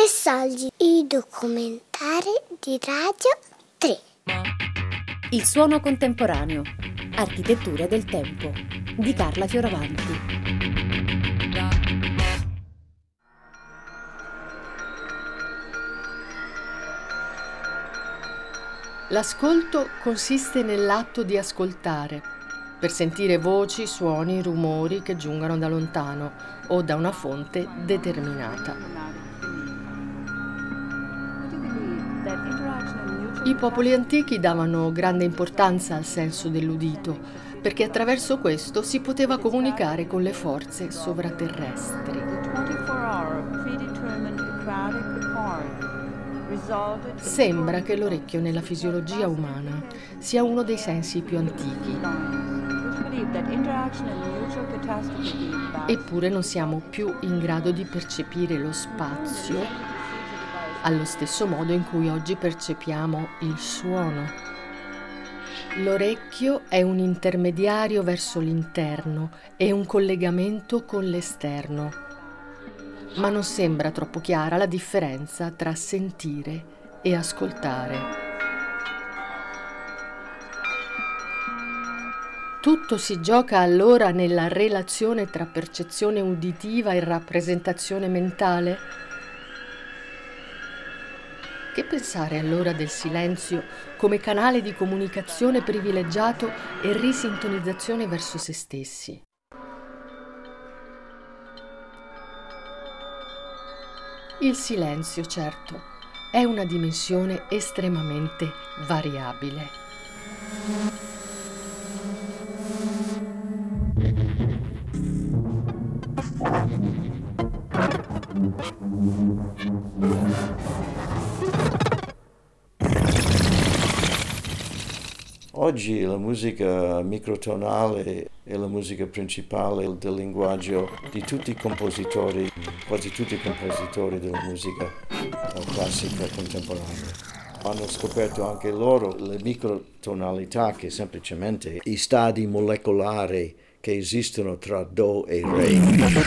Messaggi, i documentari di Radio 3. Il suono contemporaneo, architetture del tempo, di Carla Fioravanti. L'ascolto consiste nell'atto di ascoltare, per sentire voci, suoni, rumori che giungano da lontano o da una fonte determinata. I popoli antichi davano grande importanza al senso dell'udito, perché attraverso questo si poteva comunicare con le forze sovraterrestri. Sembra che l'orecchio nella fisiologia umana sia uno dei sensi più antichi. Eppure non siamo più in grado di percepire lo spazio allo stesso modo in cui oggi percepiamo il suono. L'orecchio è un intermediario verso l'interno e un collegamento con l'esterno, ma non sembra troppo chiara la differenza tra sentire e ascoltare. Tutto si gioca allora nella relazione tra percezione uditiva e rappresentazione mentale? Che pensare allora del silenzio come canale di comunicazione privilegiato e risintonizzazione verso se stessi? Il silenzio, certo, è una dimensione estremamente variabile. Oggi la musica microtonale è la musica principale del linguaggio di tutti i compositori, quasi tutti i compositori della musica classica contemporanea. Hanno scoperto anche loro le microtonalità, che semplicemente i stadi molecolari che esistono tra Do e Re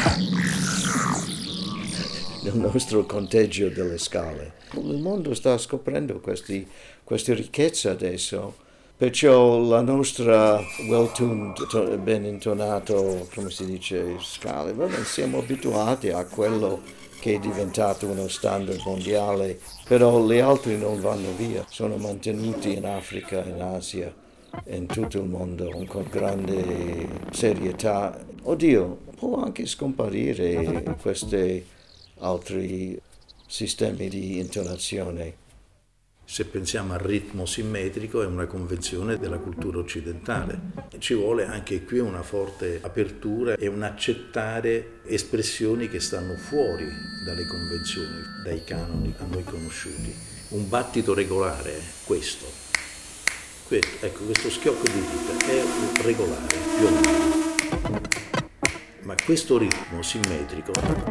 nel nostro conteggio delle scale. Il mondo sta scoprendo questa ricchezza adesso. Perciò la nostra well-tuned, ben intonato, come si dice, scale, siamo abituati a quello che è diventato uno standard mondiale, però gli altri non vanno via, sono mantenuti in Africa, in Asia, in tutto il mondo, con grande serietà. Oddio, può anche scomparire questi altri sistemi di intonazione. Se pensiamo al ritmo simmetrico, è una convenzione della cultura occidentale. Ci vuole anche qui una forte apertura e un accettare espressioni che stanno fuori dalle convenzioni, dai canoni a noi conosciuti. Un battito regolare è questo. Ecco, questo schiocco di dita è regolare, più o meno. Ma questo ritmo simmetrico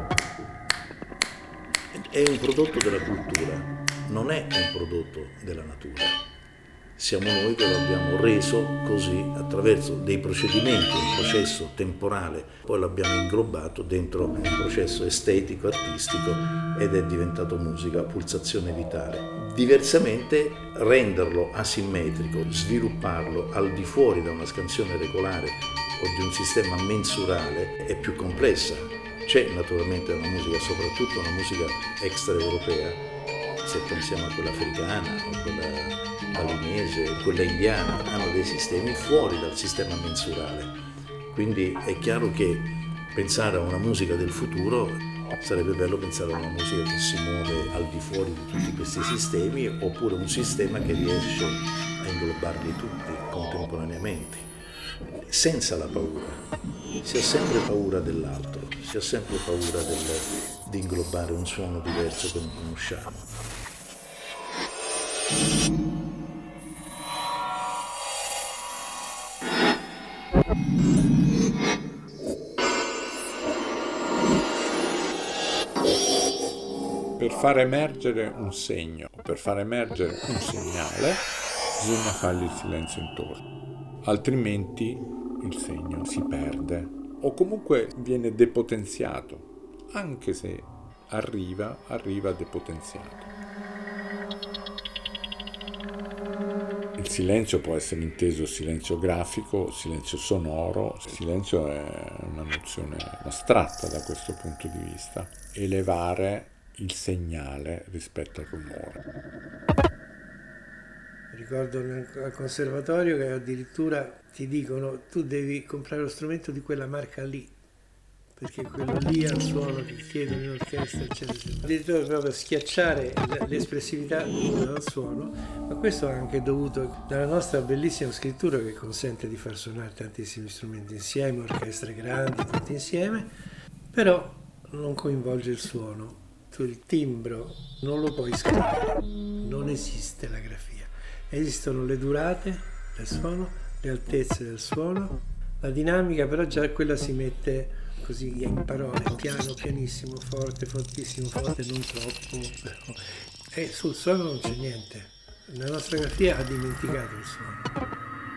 è un prodotto della cultura. Non è un prodotto della natura. Siamo noi che lo abbiamo reso così attraverso dei procedimenti, un processo temporale, poi l'abbiamo inglobato dentro un processo estetico, artistico ed è diventato musica, pulsazione vitale. Diversamente renderlo asimmetrico, svilupparlo al di fuori da una scansione regolare o di un sistema mensurale è più complessa. C'è naturalmente una musica, soprattutto una musica extraeuropea, se pensiamo a quella africana o quella balinese, quella indiana, hanno dei sistemi fuori dal sistema mensurale. Quindi è chiaro che pensare a una musica del futuro sarebbe bello pensare a una musica che si muove al di fuori di tutti questi sistemi, oppure un sistema che riesce a inglobarli tutti contemporaneamente, senza la paura. Si ha sempre paura dell'altro, si ha sempre paura di inglobare un suono diverso che non conosciamo. Per far emergere un segno, per far emergere un segnale, bisogna fargli il silenzio intorno, altrimenti il segno si perde o comunque viene depotenziato, anche se arriva depotenziato. Il silenzio può essere inteso silenzio grafico, silenzio sonoro. Il silenzio è una nozione astratta da questo punto di vista. Elevare il segnale rispetto al rumore. Ricordo al conservatorio che addirittura ti dicono tu devi comprare lo strumento di quella marca lì, perché quello lì ha il suono che chiedono in orchestra, eccetera. Addirittura proprio schiacciare l'espressività dal suono, ma questo è anche dovuto dalla nostra bellissima scrittura che consente di far suonare tantissimi strumenti insieme, orchestre grandi, tutti insieme, però non coinvolge il suono. Tu il timbro non lo puoi scrivere, non esiste la grafia. Esistono le durate del suono, le altezze del suono, la dinamica, però già quella si mette così in parole, piano, pianissimo, forte, fortissimo, forte, non troppo. E sul suono non c'è niente. La nostra grafia ha dimenticato il suono.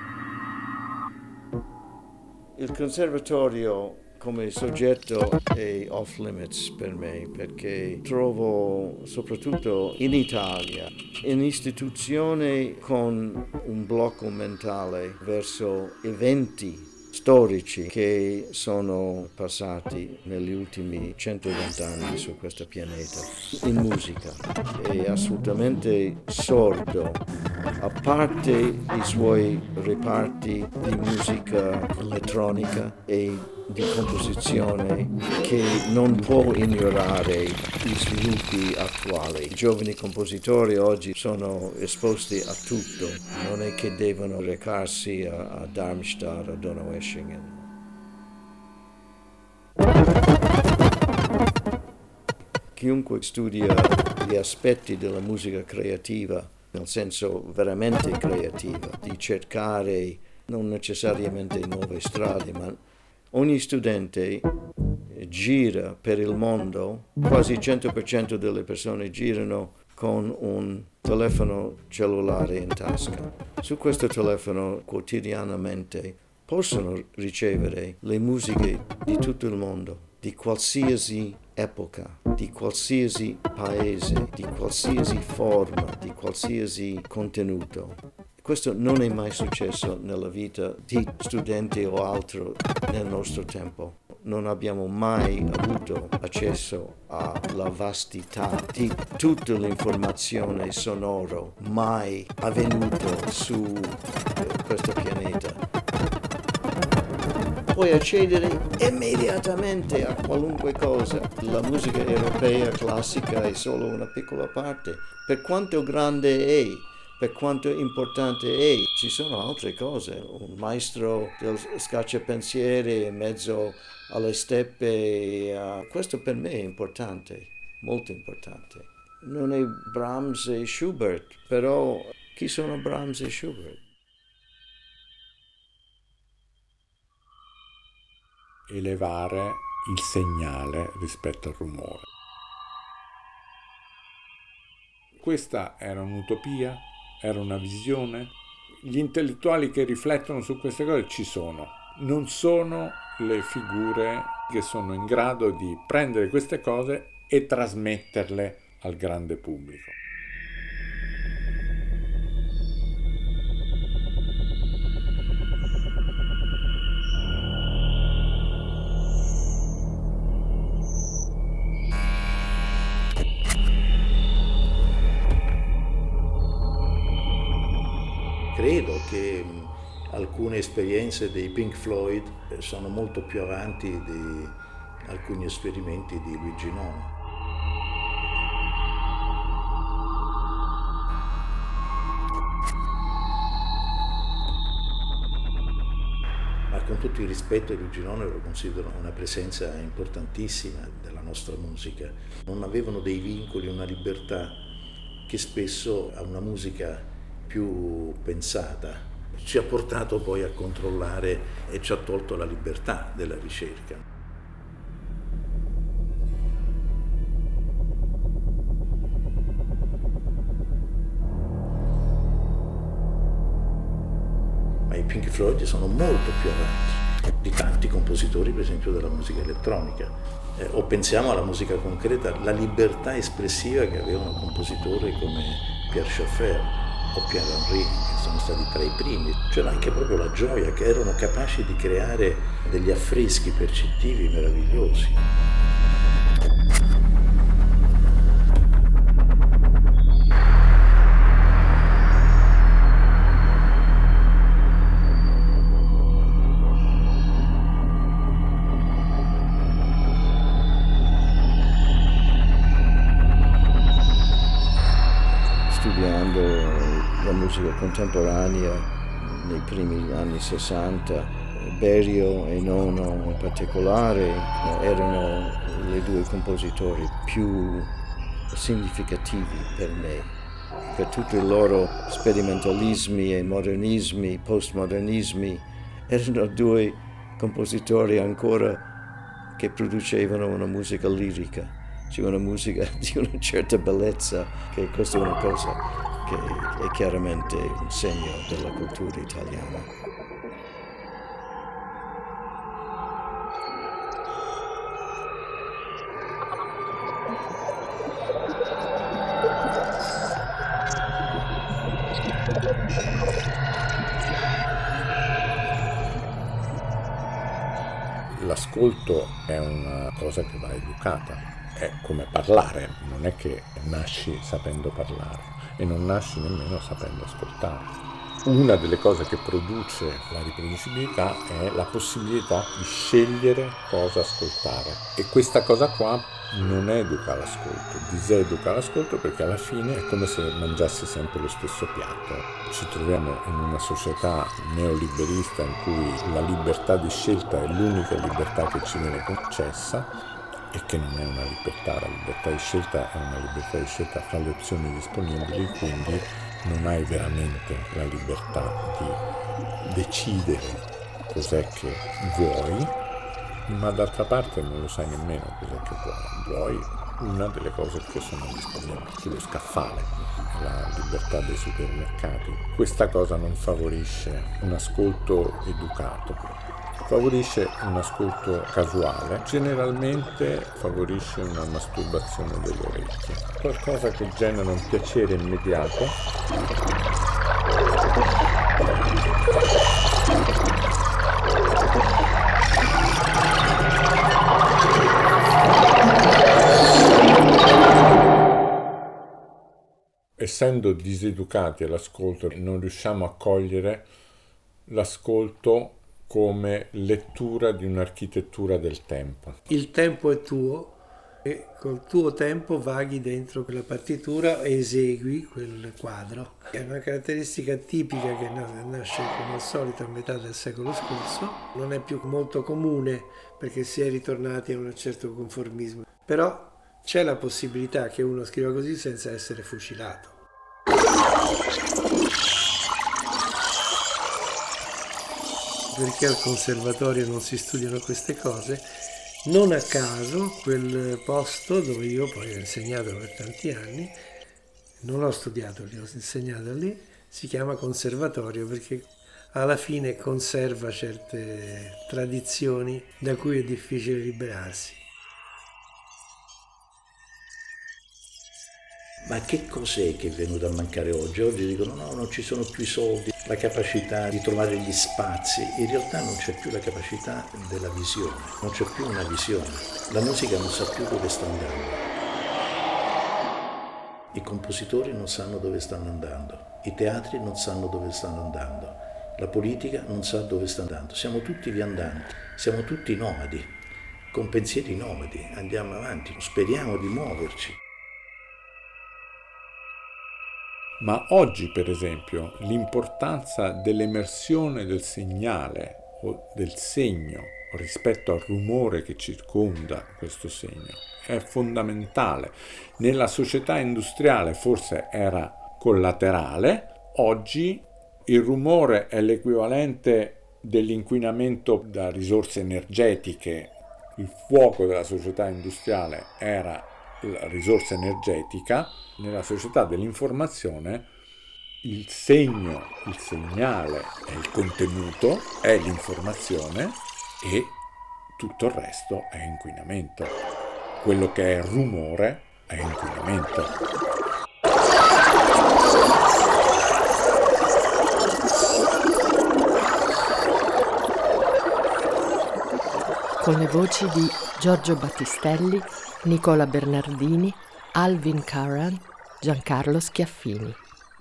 Il conservatorio come soggetto è off limits per me, perché trovo soprattutto in Italia un'istituzione con un blocco mentale verso eventi storici che sono passati negli ultimi 120 anni su questo pianeta. In musica è assolutamente sordo, a parte i suoi reparti di musica elettronica e di composizione che non può ignorare gli sviluppi attuali. I giovani compositori oggi sono esposti a tutto, non è che devono recarsi a Darmstadt o Donaueschingen. Chiunque studia gli aspetti della musica creativa, nel senso veramente creativa, di cercare non necessariamente nuove strade, ma ogni studente gira per il mondo, quasi il 100% delle persone girano con un telefono cellulare in tasca. Su questo telefono quotidianamente possono ricevere le musiche di tutto il mondo, di qualsiasi epoca, di qualsiasi paese, di qualsiasi forma, di qualsiasi contenuto. Questo non è mai successo nella vita di studenti o altro nel nostro tempo. Non abbiamo mai avuto accesso alla vastità di tutta l'informazione sonoro mai avvenuto su questo pianeta. Puoi accedere immediatamente a qualunque cosa. La musica europea classica è solo una piccola parte. Per quanto grande è, per quanto importante è, ci sono altre cose. Un maestro del scacciapensieri in mezzo alle steppe, questo per me è importante, molto importante. Non è Brahms e Schubert, però chi sono Brahms e Schubert? Elevare il segnale rispetto al rumore. Questa era un'utopia? Era una visione? Gli intellettuali che riflettono su queste cose ci sono. Non sono le figure che sono in grado di prendere queste cose e trasmetterle al grande pubblico. Credo che alcune esperienze dei Pink Floyd sono molto più avanti di alcuni esperimenti di Luigi Nono. Ma con tutto il rispetto, Luigi Nono lo considero una presenza importantissima della nostra musica. Non avevano dei vincoli, una libertà che spesso a una musica più pensata ci ha portato poi a controllare e ci ha tolto la libertà della ricerca. Ma i Pink Floyd sono molto più avanti di tanti compositori, per esempio della musica elettronica. O pensiamo alla musica concreta, la libertà espressiva che avevano compositori come Pierre Schaeffer o Pierre Henry, che sono stati tra i primi. C'era anche proprio la gioia, che erano capaci di creare degli affreschi percettivi meravigliosi. Studiando la musica contemporanea nei primi anni 60, Berio e Nono in particolare erano i due compositori più significativi per me, per tutti i loro sperimentalismi e modernismi, postmodernismi. Erano due compositori ancora che producevano una musica lirica, cioè una musica di una certa bellezza, che questa è una cosa che è chiaramente un segno della cultura italiana. L'ascolto è una cosa che va educata. È come parlare, non è che nasci sapendo parlare e non nasci nemmeno sapendo ascoltare. Una delle cose che produce la riproducibilità è la possibilità di scegliere cosa ascoltare, e questa cosa qua non educa l'ascolto, diseduca l'ascolto, perché alla fine è come se mangiassi sempre lo stesso piatto. Ci troviamo in una società neoliberista in cui la libertà di scelta è l'unica libertà che ci viene concessa, e che non è una libertà. La libertà di scelta è una libertà di scelta fra le opzioni disponibili, quindi non hai veramente la libertà di decidere cos'è che vuoi, ma d'altra parte non lo sai nemmeno cos'è che vuoi. Vuoi una delle cose che sono disponibili, lo scaffale, la libertà dei supermercati. Questa cosa non favorisce un ascolto educato. Favorisce un ascolto casuale, generalmente favorisce una masturbazione delle orecchie, qualcosa che genera un piacere immediato. Essendo diseducati all'ascolto, non riusciamo a cogliere l'ascolto come lettura di un'architettura del tempo. Il tempo è tuo e col tuo tempo vaghi dentro quella partitura e esegui quel quadro. È una caratteristica tipica che nasce come al solito a metà del secolo scorso, non è più molto comune perché si è ritornati a un certo conformismo, però c'è la possibilità che uno scriva così senza essere fucilato. Perché al conservatorio non si studiano queste cose, non a caso quel posto dove io poi ho insegnato per tanti anni, non ho studiato lì, ho insegnato lì, si chiama conservatorio perché alla fine conserva certe tradizioni da cui è difficile liberarsi. Ma che cos'è che è venuto a mancare oggi? Oggi dicono no, non ci sono più i soldi, la capacità di trovare gli spazi. In realtà non c'è più la capacità della visione, non c'è più una visione. La musica non sa più dove sta andando. I compositori non sanno dove stanno andando, i teatri non sanno dove stanno andando, la politica non sa dove sta andando. Siamo tutti viandanti, siamo tutti nomadi, con pensieri nomadi, andiamo avanti, speriamo di muoverci. Ma oggi, per esempio, l'importanza dell'emersione del segnale o del segno rispetto al rumore che circonda questo segno è fondamentale. Nella società industriale forse era collaterale, oggi il rumore è l'equivalente dell'inquinamento da risorse energetiche. Il fuoco della società industriale era la risorsa energetica. Nella società dell'informazione il segno, il segnale è il contenuto, è l'informazione, e tutto il resto è inquinamento. Quello che è rumore è inquinamento. Con le voci di Giorgio Battistelli, Nicola Bernardini, Alvin Curran, Giancarlo Schiaffini.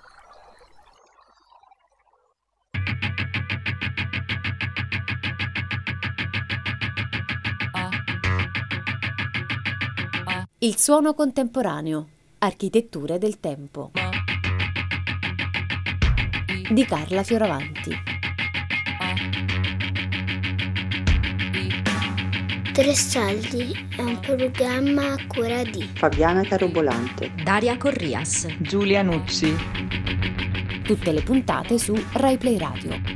Il suono contemporaneo. Architetture del tempo. Di Carla Fioravanti. Tre Soldi è un programma a cura di Fabiana Carobolante, Daria Corrias, Giulia Nucci. Tutte le puntate su Rai Play Radio.